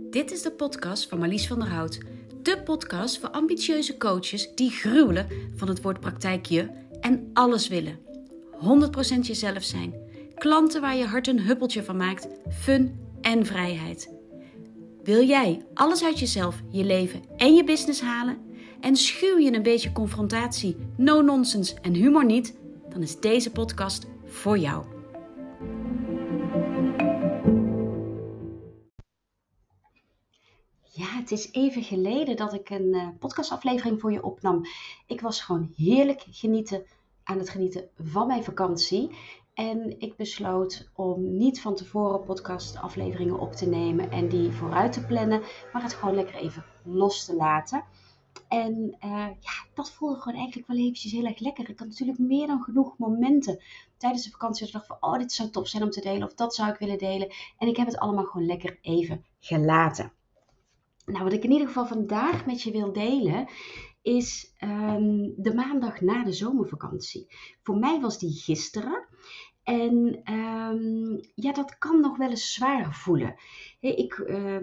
Dit is de podcast van Marlies van der Hout. De podcast voor ambitieuze coaches die gruwelen van het woord praktijkje en alles willen. 100% jezelf zijn. Klanten waar je hart een huppeltje van maakt. Fun en vrijheid. Wil jij alles uit jezelf, je leven en je business halen? En schuw je een beetje confrontatie, no nonsense en humor niet? Dan is deze podcast voor jou. Ja, het is even geleden dat ik een podcastaflevering voor je opnam. Ik was gewoon heerlijk aan het genieten van mijn vakantie. En ik besloot om niet van tevoren podcastafleveringen op te nemen en die vooruit te plannen, maar het gewoon lekker even los te laten. En dat voelde gewoon eigenlijk wel eventjes heel erg lekker. Ik had natuurlijk meer dan genoeg momenten tijdens de vakantie dat ik dacht van, dit zou tof zijn om te delen of dat zou ik willen delen. En ik heb het allemaal gewoon lekker even gelaten. Nou, wat ik in ieder geval vandaag met je wil delen is de maandag na de zomervakantie. Voor mij was die gisteren. En dat kan nog wel eens zwaar voelen. Ik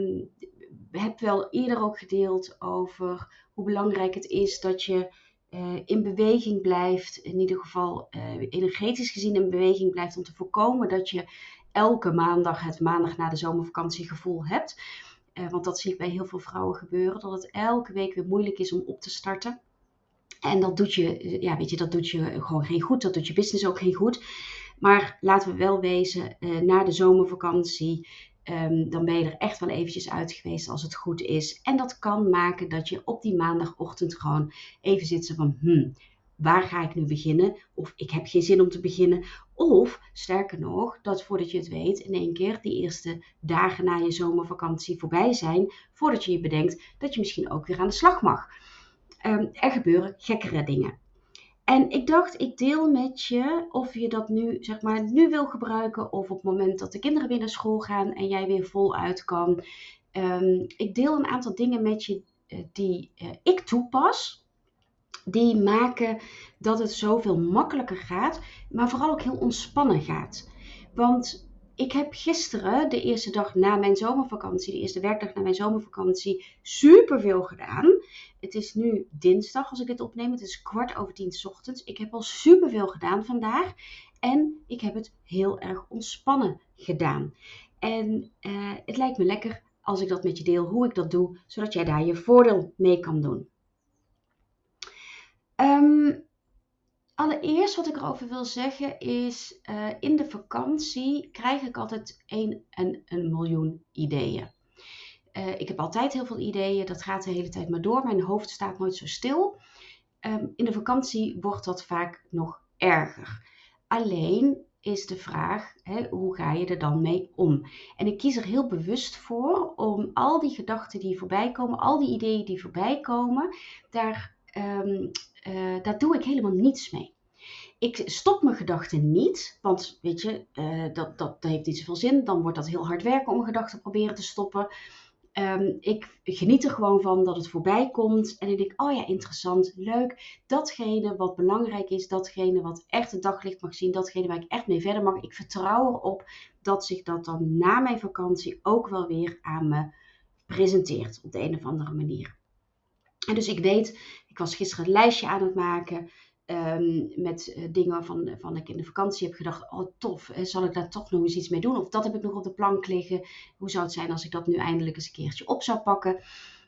heb wel eerder ook gedeeld over hoe belangrijk het is dat je in beweging blijft. In ieder geval energetisch gezien in beweging blijft om te voorkomen dat je elke maandag het maandag na de zomervakantie gevoel hebt. Want dat zie ik bij heel veel vrouwen gebeuren. Dat het elke week weer moeilijk is om op te starten. En dat doet je, dat doet je gewoon geen goed. Dat doet je business ook geen goed. Maar laten we wel wezen, na de zomervakantie, dan ben je er echt wel eventjes uit geweest als het goed is. En dat kan maken dat je op die maandagochtend gewoon even zit van, waar ga ik nu beginnen? Of ik heb geen zin om te beginnen. Of, sterker nog, dat voordat je het weet, in één keer die eerste dagen na je zomervakantie voorbij zijn, voordat je je bedenkt dat je misschien ook weer aan de slag mag. Er gebeuren gekkere dingen. En ik dacht, ik deel met je of je dat nu wil gebruiken of op het moment dat de kinderen weer naar school gaan en jij weer voluit kan. Ik deel een aantal dingen met je die ik toepas. Die maken dat het zoveel makkelijker gaat, maar vooral ook heel ontspannen gaat. Want ik heb gisteren, de eerste dag na mijn zomervakantie, de eerste werkdag na mijn zomervakantie, superveel gedaan. Het is nu dinsdag als ik dit opneem, het is 9:15 's ochtends. Ik heb al superveel gedaan vandaag en ik heb het heel erg ontspannen gedaan. En het lijkt me lekker als ik dat met je deel, hoe ik dat doe, zodat jij daar je voordeel mee kan doen. Allereerst wat ik erover wil zeggen is, in de vakantie krijg ik altijd 1 miljoen ideeën. Ik heb altijd heel veel ideeën, dat gaat de hele tijd maar door. Mijn hoofd staat nooit zo stil. In de vakantie wordt dat vaak nog erger. Alleen is de vraag, hoe ga je er dan mee om? En ik kies er heel bewust voor om al die gedachten die voorbij komen, al die ideeën die voorbij komen, daar doe ik helemaal niets mee. Ik stop mijn gedachten niet, want weet je, dat heeft niet zoveel zin. Dan wordt dat heel hard werken om gedachten proberen te stoppen. Ik geniet er gewoon van dat het voorbij komt. En ik denk, interessant, leuk. Datgene wat belangrijk is, datgene wat echt het daglicht mag zien, datgene waar ik echt mee verder mag. Ik vertrouw erop dat zich dat dan na mijn vakantie ook wel weer aan me presenteert op de een of andere manier. En dus ik weet, ik was gisteren een lijstje aan het maken met dingen waarvan ik in de vakantie heb gedacht, tof, zal ik daar toch nog eens iets mee doen? Of dat heb ik nog op de plank liggen. Hoe zou het zijn als ik dat nu eindelijk eens een keertje op zou pakken?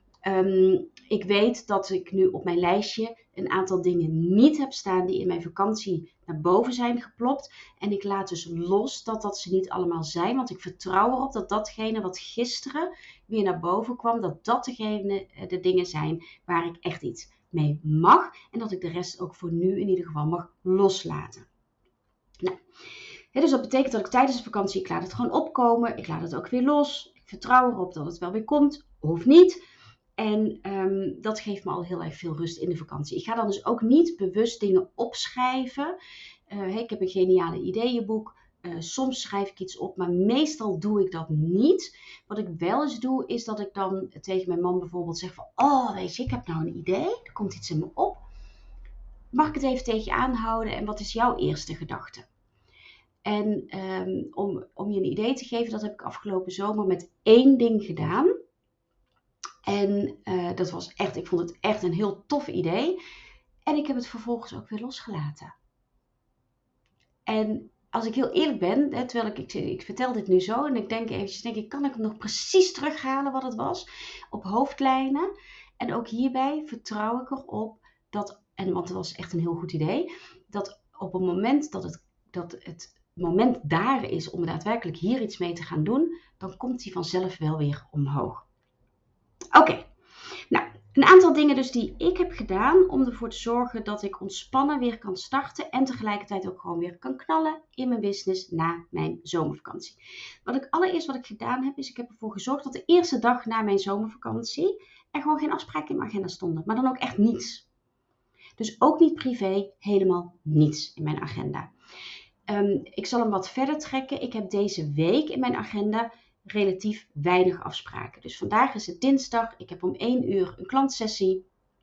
Ik weet dat ik nu op mijn lijstje een aantal dingen niet heb staan die in mijn vakantie naar boven zijn geplopt. En ik laat dus los dat ze niet allemaal zijn. Want ik vertrouw erop dat datgene wat gisteren weer naar boven kwam, dat de dingen zijn waar ik echt iets mee mag. En dat ik de rest ook voor nu in ieder geval mag loslaten. Nou, dus dat betekent dat ik tijdens de vakantie, ik laat het gewoon opkomen. Ik laat het ook weer los. Ik vertrouw erop dat het wel weer komt of niet. En dat geeft me al heel erg veel rust in de vakantie. Ik ga dan dus ook niet bewust dingen opschrijven. Ik heb een geniale ideeënboek. Soms schrijf ik iets op, maar meestal doe ik dat niet. Wat ik wel eens doe, is dat ik dan tegen mijn man bijvoorbeeld zeg van, weet je, ik heb nou een idee. Er komt iets in me op. Mag ik het even tegen je aanhouden? En wat is jouw eerste gedachte? En om je een idee te geven, dat heb ik afgelopen zomer met 1 ding gedaan. En dat was echt, ik vond het echt een heel tof idee. En ik heb het vervolgens ook weer losgelaten. En als ik heel eerlijk ben, terwijl ik vertel dit nu zo en ik denk eventjes, kan ik hem nog precies terughalen wat het was? Op hoofdlijnen. En ook hierbij vertrouw ik erop want het was echt een heel goed idee, dat op het moment dat het moment daar is om daadwerkelijk hier iets mee te gaan doen, dan komt hij vanzelf wel weer omhoog. Oké. Nou, een aantal dingen dus die ik heb gedaan om ervoor te zorgen dat ik ontspannen weer kan starten en tegelijkertijd ook gewoon weer kan knallen in mijn business na mijn zomervakantie. Allereerst wat ik gedaan heb, is ik heb ervoor gezorgd dat de eerste dag na mijn zomervakantie er gewoon geen afspraken in mijn agenda stonden. Maar dan ook echt niets. Dus ook niet privé, helemaal niets in mijn agenda. Ik zal hem wat verder trekken. Ik heb deze week in mijn agenda relatief weinig afspraken. Dus vandaag is het dinsdag. Ik heb om 1 uur een klantsessie.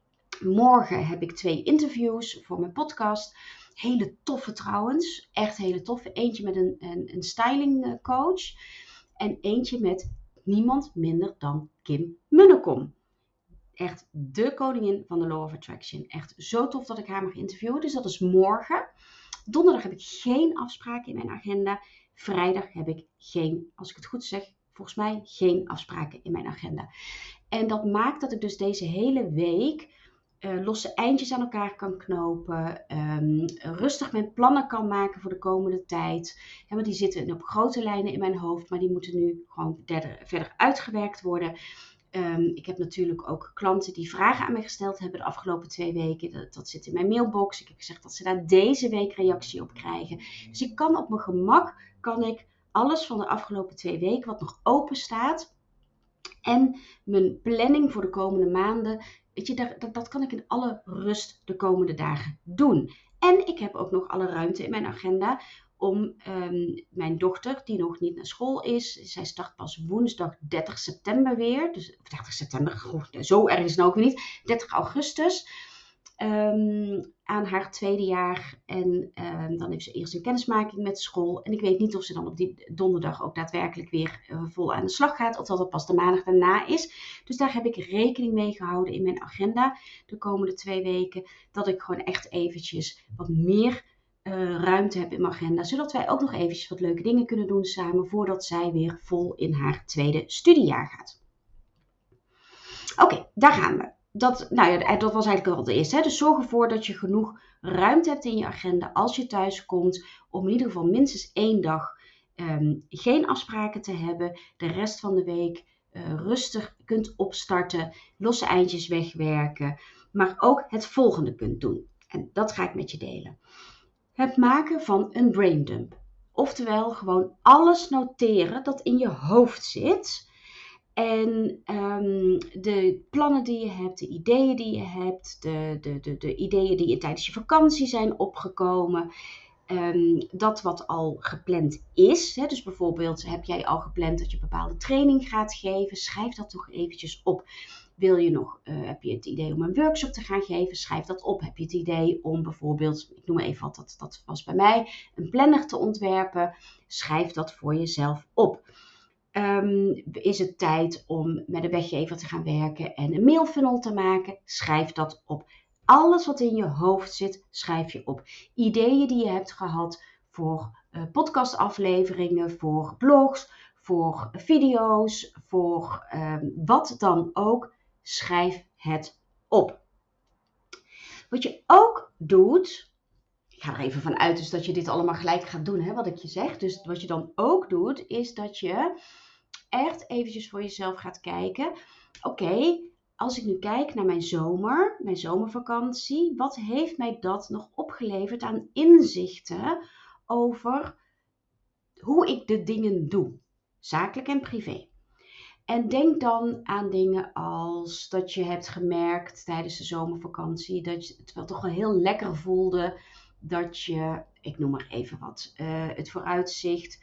Morgen heb ik 2 interviews voor mijn podcast. Hele toffe trouwens. Echt hele toffe. Eentje met een styling coach. En eentje met niemand minder dan Kim Munnekom. Echt de koningin van de Law of Attraction. Echt zo tof dat ik haar mag interviewen. Dus dat is morgen. Donderdag heb ik geen afspraken in mijn agenda. Vrijdag heb ik als ik het goed zeg, volgens mij geen afspraken in mijn agenda. En dat maakt dat ik dus deze hele week losse eindjes aan elkaar kan knopen. Rustig mijn plannen kan maken voor de komende tijd. Want die zitten op grote lijnen in mijn hoofd, maar die moeten nu gewoon verder uitgewerkt worden. Ik heb natuurlijk ook klanten die vragen aan mij gesteld hebben de afgelopen 2 weken. Dat zit in mijn mailbox. Ik heb gezegd dat ze daar deze week reactie op krijgen. Dus ik kan op mijn gemak, alles van de afgelopen 2 weken wat nog open staat en mijn planning voor de komende maanden, dat kan ik in alle rust de komende dagen doen. En ik heb ook nog alle ruimte in mijn agenda om mijn dochter, die nog niet naar school is, zij start pas woensdag 30 september weer. Dus 30 september, zo erg is het nou ook weer niet. 30 augustus. Aan haar 2e jaar. En dan heeft ze eerst een kennismaking met school. En ik weet niet of ze dan op die donderdag ook daadwerkelijk weer vol aan de slag gaat. Of dat het pas de maandag daarna is. Dus daar heb ik rekening mee gehouden in mijn agenda de komende 2 weken. Dat ik gewoon echt eventjes wat meer ruimte heb in mijn agenda. Zodat wij ook nog eventjes wat leuke dingen kunnen doen samen. Voordat zij weer vol in haar 2e studiejaar gaat. Oké, daar gaan we. Dat was eigenlijk al het eerste. Dus zorg ervoor dat je genoeg ruimte hebt in je agenda als je thuis komt. Om in ieder geval minstens 1 dag geen afspraken te hebben. De rest van de week rustig kunt opstarten. Losse eindjes wegwerken. Maar ook het volgende kunt doen. En dat ga ik met je delen. Het maken van een braindump. Oftewel gewoon alles noteren dat in je hoofd zit. En de plannen die je hebt, de ideeën die je hebt, de ideeën die tijdens je vakantie zijn opgekomen. Dat wat al gepland is. Dus bijvoorbeeld heb jij al gepland dat je een bepaalde training gaat geven. Schrijf dat toch eventjes op. Heb je het idee om een workshop te gaan geven? Schrijf dat op. Heb je het idee om bijvoorbeeld, ik noem maar even wat, dat was bij mij, een planner te ontwerpen? Schrijf dat voor jezelf op. Is het tijd om met een weggever te gaan werken en een mailfunnel te maken? Schrijf dat op. Alles wat in je hoofd zit, schrijf je op. Ideeën die je hebt gehad voor podcastafleveringen, voor blogs, voor video's, voor wat dan ook. Schrijf het op. Wat je ook doet, ik ga er even van uit dus dat je dit allemaal gelijk gaat doen, wat ik je zeg. Dus wat je dan ook doet, is dat je echt eventjes voor jezelf gaat kijken. Oké, als ik nu kijk naar mijn zomervakantie, wat heeft mij dat nog opgeleverd aan inzichten over hoe ik de dingen doe, zakelijk en privé. En denk dan aan dingen als dat je hebt gemerkt tijdens de zomervakantie dat je het wel toch wel heel lekker voelde dat je, ik noem maar even wat, het vooruitzicht,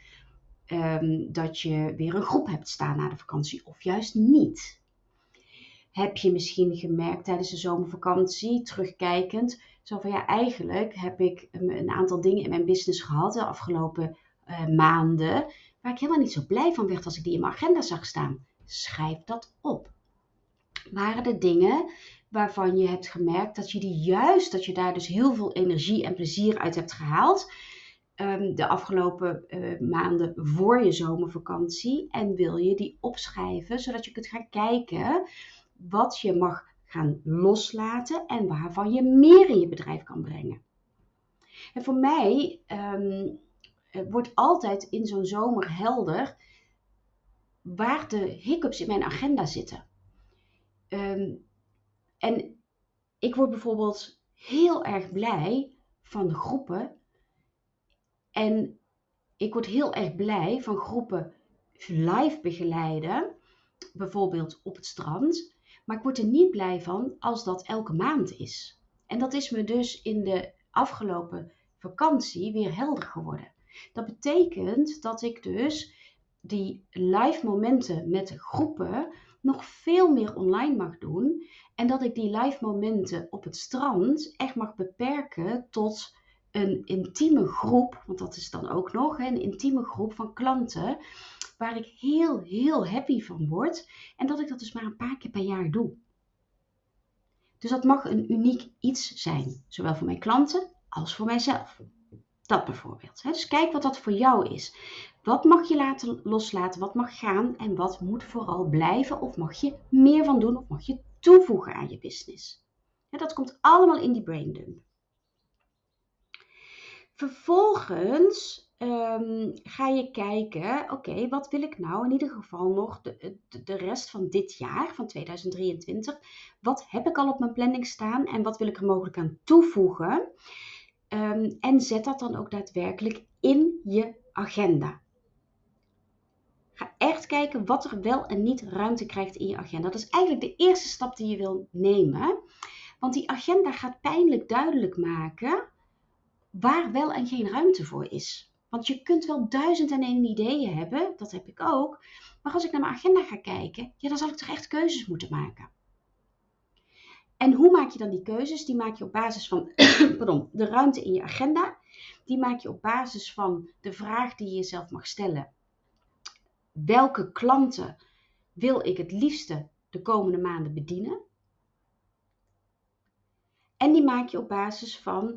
dat je weer een groep hebt staan na de vakantie of juist niet. Heb je misschien gemerkt tijdens de zomervakantie, terugkijkend, zo van ja, eigenlijk heb ik een aantal dingen in mijn business gehad de afgelopen maanden, waar ik helemaal niet zo blij van werd als ik die in mijn agenda zag staan. Schrijf dat op. waren de dingen waarvan je hebt gemerkt dat je daar dus heel veel energie en plezier uit hebt gehaald de afgelopen maanden voor je zomervakantie. En wil je die opschrijven, zodat je kunt gaan kijken wat je mag gaan loslaten en waarvan je meer in je bedrijf kan brengen. En voor mij wordt altijd in zo'n zomer helder waar de hiccups in mijn agenda zitten. En ik word bijvoorbeeld heel erg blij van groepen. En ik word heel erg blij van groepen live begeleiden, bijvoorbeeld op het strand. Maar ik word er niet blij van als dat elke maand is. En dat is me dus in de afgelopen vakantie weer helder geworden. Dat betekent dat ik dus die live momenten met groepen nog veel meer online mag doen. En dat ik die live momenten op het strand echt mag beperken tot een intieme groep. Want dat is dan ook nog een intieme groep van klanten. Waar ik heel, heel happy van word. En dat ik dat dus maar een paar keer per jaar doe. Dus dat mag een uniek iets zijn. Zowel voor mijn klanten als voor mijzelf. Dat bijvoorbeeld. Dus kijk wat dat voor jou is. Wat mag je loslaten, wat mag gaan en wat moet vooral blijven? Of mag je meer van doen of mag je toevoegen aan je business? Dat komt allemaal in die braindump. Vervolgens ga je kijken, oké, wat wil ik nou in ieder geval nog de rest van dit jaar, van 2023, wat heb ik al op mijn planning staan en wat wil ik er mogelijk aan toevoegen? En zet dat dan ook daadwerkelijk in je agenda. Ga echt kijken wat er wel en niet ruimte krijgt in je agenda. Dat is eigenlijk de eerste stap die je wil nemen. Want die agenda gaat pijnlijk duidelijk maken waar wel en geen ruimte voor is. Want je kunt wel 1001 ideeën hebben, dat heb ik ook. Maar als ik naar mijn agenda ga kijken, ja, dan zal ik toch echt keuzes moeten maken. En hoe maak je dan die keuzes? Die maak je op basis van de ruimte in je agenda. Die maak je op basis van de vraag die je jezelf mag stellen. Welke klanten wil ik het liefste de komende maanden bedienen? En die maak je op basis van,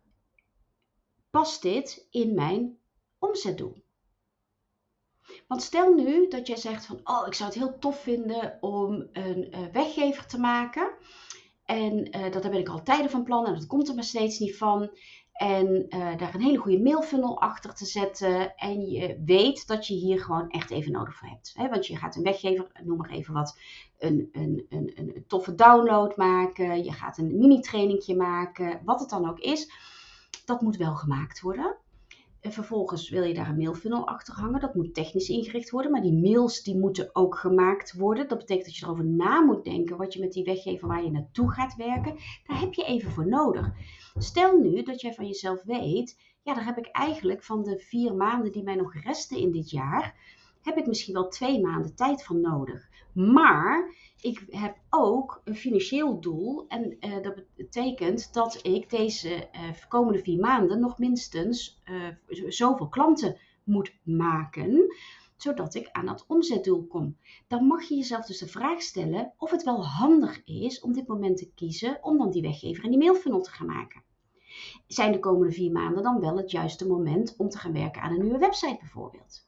past dit in mijn omzetdoel? Want stel nu dat jij zegt van, oh, ik zou het heel tof vinden om een weggever te maken. En daar ben ik al tijden van plan en dat komt er maar steeds niet van. En daar een hele goede mailfunnel achter te zetten. En je weet dat je hier gewoon echt even nodig voor hebt. Hè? Want je gaat een weggever, noem maar even wat, een toffe download maken. Je gaat een mini-trainingje maken. Wat het dan ook is, dat moet wel gemaakt worden. En vervolgens wil je daar een mailfunnel achter hangen. Dat moet technisch ingericht worden. Maar die mails die moeten ook gemaakt worden. Dat betekent dat je erover na moet denken wat je met die weggever waar je naartoe gaat werken. Daar heb je even voor nodig. Stel nu dat jij van jezelf weet. Ja, daar heb ik eigenlijk van de 4 maanden die mij nog resten in dit jaar. Heb ik misschien wel 2 maanden tijd van nodig. Maar ik heb ook een financieel doel. En dat betekent dat ik deze komende 4 maanden nog minstens zoveel klanten moet maken. Zodat ik aan dat omzetdoel kom. Dan mag je jezelf dus de vraag stellen of het wel handig is om dit moment te kiezen. Om dan die weggever en die mailfunnel te gaan maken. Zijn de komende 4 maanden dan wel het juiste moment om te gaan werken aan een nieuwe website bijvoorbeeld?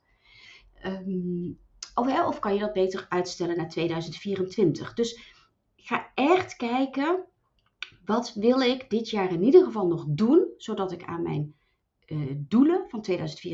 Of kan je dat beter uitstellen naar 2024? Dus ga echt kijken, wat wil ik dit jaar in ieder geval nog doen, zodat ik aan mijn doelen van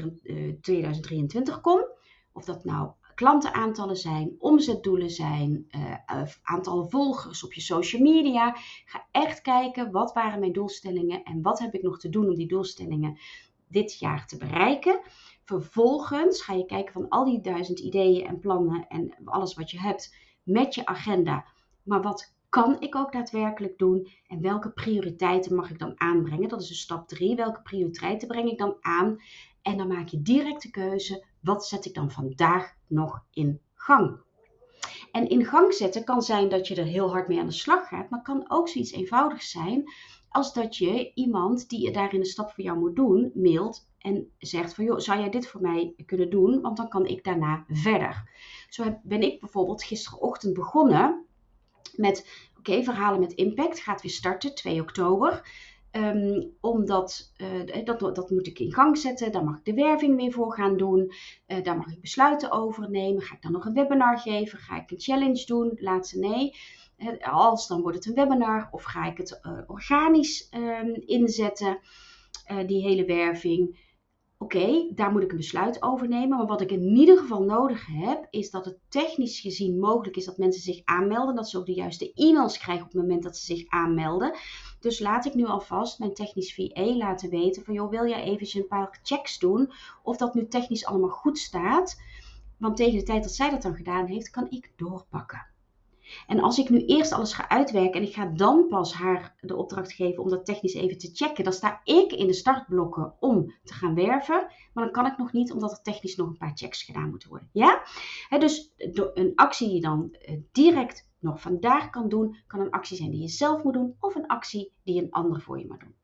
2023 kom. Of dat nou klantenaantallen zijn, omzetdoelen zijn, aantallen volgers op je social media. Ga echt kijken, wat waren mijn doelstellingen en wat heb ik nog te doen om die doelstellingen dit jaar te bereiken. Vervolgens ga je kijken van al die 1000 ideeën en plannen en alles wat je hebt met je agenda. Maar wat kan ik ook daadwerkelijk doen en welke prioriteiten mag ik dan aanbrengen? Dat is dus stap 3. Welke prioriteiten breng ik dan aan? En dan maak je direct de keuze, wat zet ik dan vandaag nog in gang? En in gang zetten kan zijn dat je er heel hard mee aan de slag gaat, maar kan ook zoiets eenvoudigs zijn als dat je iemand die daarin een stap voor jou moet doen, mailt en zegt van, joh, zou jij dit voor mij kunnen doen? Want dan kan ik daarna verder. Zo ben ik bijvoorbeeld gisterochtend begonnen met verhalen met impact. Gaat weer starten, 2 oktober. Omdat dat moet ik in gang zetten. Daar mag ik de werving weer voor gaan doen. Daar mag ik besluiten over nemen. Ga ik dan nog een webinar geven? Ga ik een challenge doen? Laatste nee. Als, dan wordt het een webinar. Of ga ik het organisch inzetten? Die hele werving. Daar moet ik een besluit over nemen. Maar wat ik in ieder geval nodig heb, is dat het technisch gezien mogelijk is dat mensen zich aanmelden. Dat ze ook de juiste e-mails krijgen op het moment dat ze zich aanmelden. Dus laat ik nu alvast mijn technisch VA laten weten van, joh, wil jij even een paar checks doen of dat nu technisch allemaal goed staat? Want tegen de tijd dat zij dat dan gedaan heeft, kan ik doorpakken. En als ik nu eerst alles ga uitwerken en ik ga dan pas haar de opdracht geven om dat technisch even te checken, dan sta ik in de startblokken om te gaan werven. Maar dan kan ik nog niet, omdat er technisch nog een paar checks gedaan moeten worden. Ja? Dus een actie die je dan direct nog vandaag kan doen, kan een actie zijn die je zelf moet doen of een actie die een ander voor je moet doen.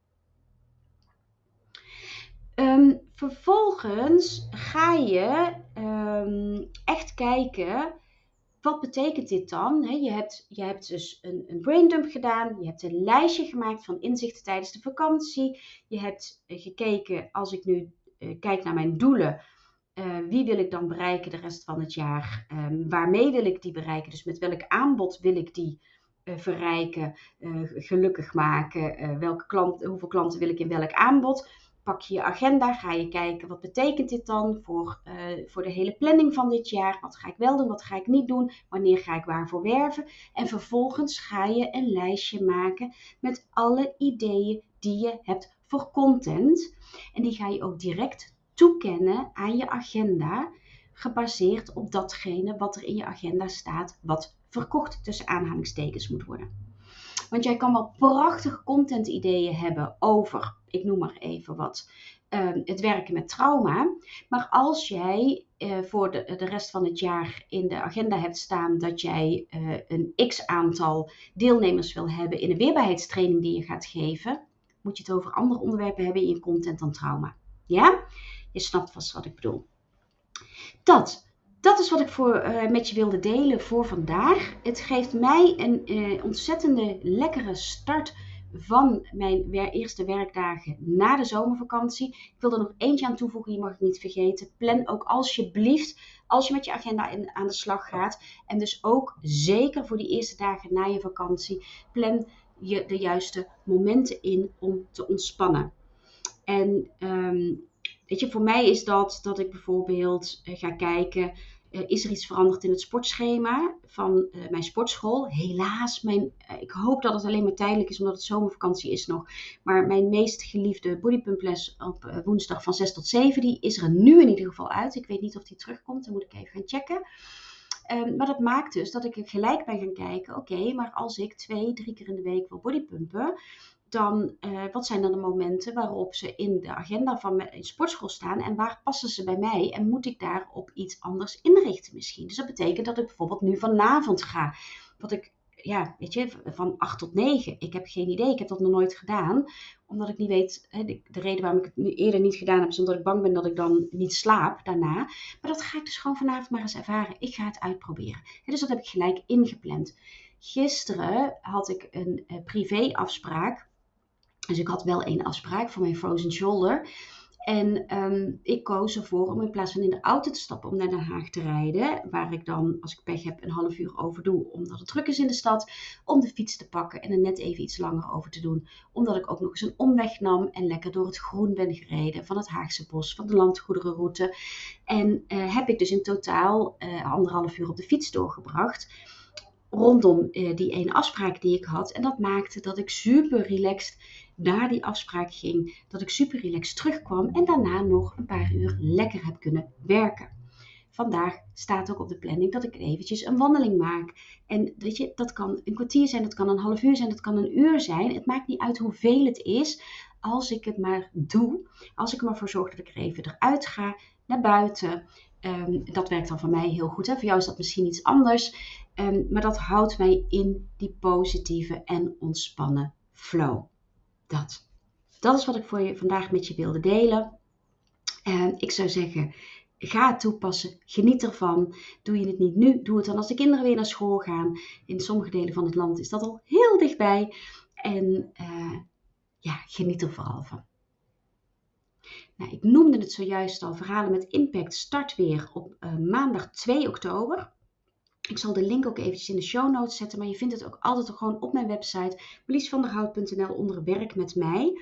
Vervolgens ga je echt kijken, wat betekent dit dan? Je hebt dus een braindump gedaan, je hebt een lijstje gemaakt van inzichten tijdens de vakantie. Je hebt gekeken, als ik nu kijk naar mijn doelen, wie wil ik dan bereiken de rest van het jaar? Waarmee wil ik die bereiken? Dus met welk aanbod wil ik die verrijken, gelukkig maken? Hoeveel klanten wil ik in welk aanbod? Pak je je agenda, ga je kijken, wat betekent dit dan voor de hele planning van dit jaar? Wat ga ik wel doen, wat ga ik niet doen? Wanneer ga ik waarvoor werven? En vervolgens ga je een lijstje maken met alle ideeën die je hebt voor content. En die ga je ook direct toekennen aan je agenda, gebaseerd op datgene wat er in je agenda staat, wat verkocht tussen aanhalingstekens moet worden. Want jij kan wel prachtige content ideeën hebben over, ik noem maar even wat, het werken met trauma. Maar als jij voor de rest van het jaar in de agenda hebt staan dat jij een x-aantal deelnemers wil hebben in een weerbaarheidstraining die je gaat geven, moet je het over andere onderwerpen hebben in je content dan trauma. Ja? Je snapt vast wat ik bedoel. Dat is wat ik met je wilde delen voor vandaag. Het geeft mij een ontzettende lekkere start van mijn eerste werkdagen na de zomervakantie. Ik wil er nog eentje aan toevoegen, die mag ik niet vergeten. Plan ook alsjeblieft, als je met je agenda aan de slag gaat, en dus ook zeker voor die eerste dagen na je vakantie, plan je de juiste momenten in om te ontspannen. En weet je, voor mij is dat ik bijvoorbeeld ga kijken, is er iets veranderd in het sportschema van mijn sportschool? Helaas, ik hoop dat het alleen maar tijdelijk is, omdat het zomervakantie is nog. Maar mijn meest geliefde bodypumples op woensdag van 6 tot 7, die is er nu in ieder geval uit. Ik weet niet of die terugkomt, dan moet ik even gaan checken. Maar dat maakt dus dat ik gelijk ben gaan kijken, oké, maar als ik 2-3 keer in de week wil bodypumpen, dan wat zijn dan de momenten waarop ze in de agenda van mijn sportschool staan en waar passen ze bij mij en moet ik daar op iets anders inrichten misschien. Dus dat betekent dat ik bijvoorbeeld nu vanavond ga. Wat ik, weet je, van 8 tot 9. Ik heb geen idee, ik heb dat nog nooit gedaan. Omdat ik niet weet, de reden waarom ik het nu eerder niet gedaan heb is omdat ik bang ben dat ik dan niet slaap daarna. Maar dat ga ik dus gewoon vanavond maar eens ervaren. Ik ga het uitproberen. Dus dat heb ik gelijk ingepland. Gisteren had ik een privéafspraak. Dus ik had wel 1 afspraak voor mijn frozen shoulder. En ik koos ervoor om in plaats van in de auto te stappen om naar Den Haag te rijden, waar ik dan, als ik pech heb, een half uur over doe, omdat het druk is in de stad, om de fiets te pakken en er net even iets langer over te doen. Omdat ik ook nog eens een omweg nam en lekker door het groen ben gereden van het Haagse bos, van de landgoederenroute. En heb ik dus in totaal 1,5 uur op de fiets doorgebracht rondom die ene afspraak die ik had. En dat maakte dat ik super relaxed naar die afspraak ging. Dat ik super relaxed terugkwam en daarna nog een paar uur lekker heb kunnen werken. Vandaag staat ook op de planning dat ik eventjes een wandeling maak. En weet je, dat kan een kwartier zijn, dat kan een half uur zijn, dat kan een uur zijn. Het maakt niet uit hoeveel het is, als ik het maar doe. Als ik er maar voor zorg dat ik er even eruit ga, naar buiten. Dat werkt dan voor mij heel goed. Hè? Voor jou is dat misschien iets anders. Maar dat houdt mij in die positieve en ontspannen flow. Dat is wat ik voor je vandaag met je wilde delen. Ik zou zeggen, Ga het toepassen. Geniet ervan. Doe je het niet nu, doe het dan als de kinderen weer naar school gaan. In sommige delen van het land is dat al heel dichtbij. En geniet er vooral van. Nou, ik noemde het zojuist al, Verhalen met Impact start weer op maandag 2 oktober. Ik zal de link ook eventjes in de show notes zetten, maar je vindt het ook altijd gewoon op mijn website marliesvanderhout.nl onder werk met mij.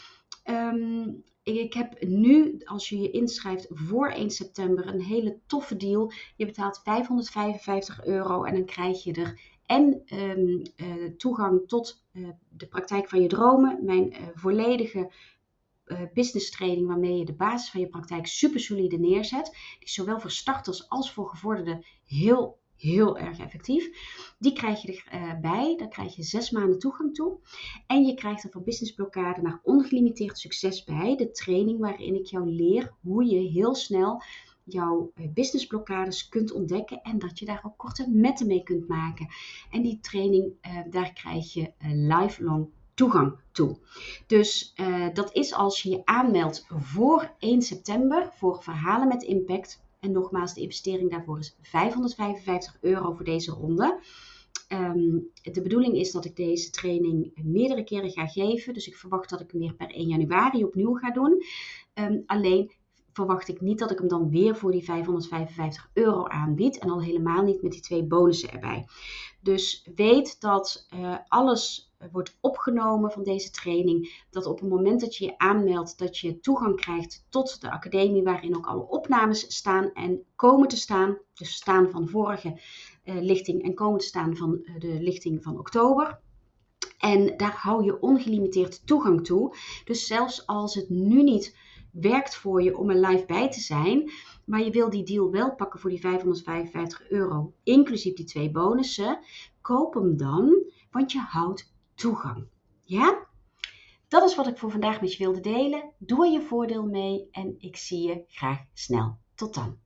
Ik heb nu, als je je inschrijft voor 1 september, een hele toffe deal. Je betaalt €555 en dan krijg je er en toegang tot de praktijk van je dromen, mijn volledige business training waarmee je de basis van je praktijk super solide neerzet. Die is zowel voor starters als voor gevorderden heel erg effectief. Die krijg je erbij. Daar krijg je 6 maanden toegang toe. En je krijgt er van businessblokkade naar ongelimiteerd succes bij. De training waarin ik jou leer hoe je heel snel jouw businessblokkades kunt ontdekken en dat je daar ook korte metten mee kunt maken. En die training, daar krijg je lifelong toegang toe. Dus dat is als je je aanmeldt voor 1 september voor Verhalen met Impact. En nogmaals, de investering daarvoor is €555 voor deze ronde. De bedoeling is dat ik deze training meerdere keren ga geven. Dus ik verwacht dat ik hem weer per 1 januari opnieuw ga doen. Alleen verwacht ik niet dat ik hem dan weer voor die €555 aanbied. En al helemaal niet met die 2 bonussen erbij. Dus weet dat alles wordt opgenomen van deze training. Dat op het moment dat je je aanmeldt, dat je toegang krijgt tot de academie waarin ook alle opnames staan en komen te staan. Dus staan van de vorige lichting en komen te staan van de lichting van oktober. En daar hou je ongelimiteerd toegang toe. Dus zelfs als het nu niet werkt voor je om er live bij te zijn, maar je wil die deal wel pakken voor die €555, inclusief die 2 bonussen, koop hem dan, want je houdt toegang. Ja? Dat is wat ik voor vandaag met je wilde delen. Doe er je voordeel mee en ik zie je graag snel. Tot dan.